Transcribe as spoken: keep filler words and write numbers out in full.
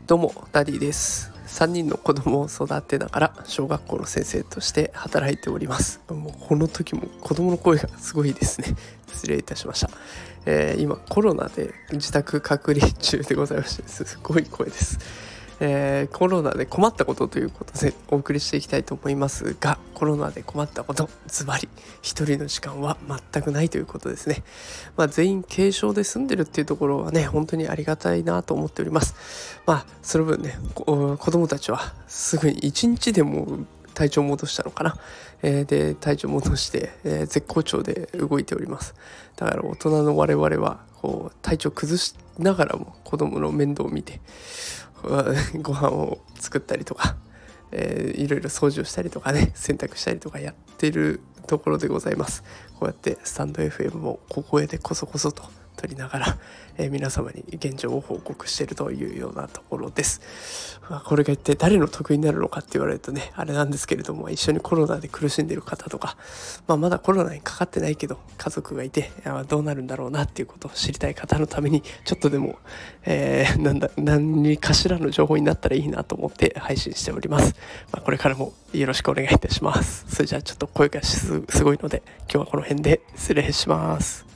どうもダディです。さんにんの子供を育てながら小学校の先生として働いております。もうこの時も子供の声がすごいですね。失礼いたしました。えー、今コロナで自宅隔離中でございまして、すごい声です。えー、コロナで困ったことということでお送りしていきたいと思いますが、コロナで困ったこと、ズバリ一人の時間は全くないということですね。まあ、全員軽症で済んでるっていうところはね、本当にありがたいなと思っております。まあその分ね、子供たちはすぐに一日でも体調戻したのかな、えー、で体調戻して、えー、絶好調で動いております。だから大人の我々はこう体調崩しながらも子供の面倒を見てご飯を作ったりとか、えー、いろいろ掃除をしたりとかね、洗濯したりとかやってるところでございます。こうやってスタンド エフエム も小声でこそこそと撮りながら、えー、皆様に現状を報告しているというようなところです。まあ、これが一体誰の得意になるのかって言われるとね、あれなんですけれども、一緒にコロナで苦しんでいる方とか、まあ、まだコロナにかかってないけど家族がいてどうなるんだろうなっていうことを知りたい方のために、ちょっとでも、えー、なんだ何かしらの情報になったらいいなと思って配信しております。まあ、これからもよろしくお願いいたします。それじゃあちょっと声がすごいので今日はこの辺で失礼します。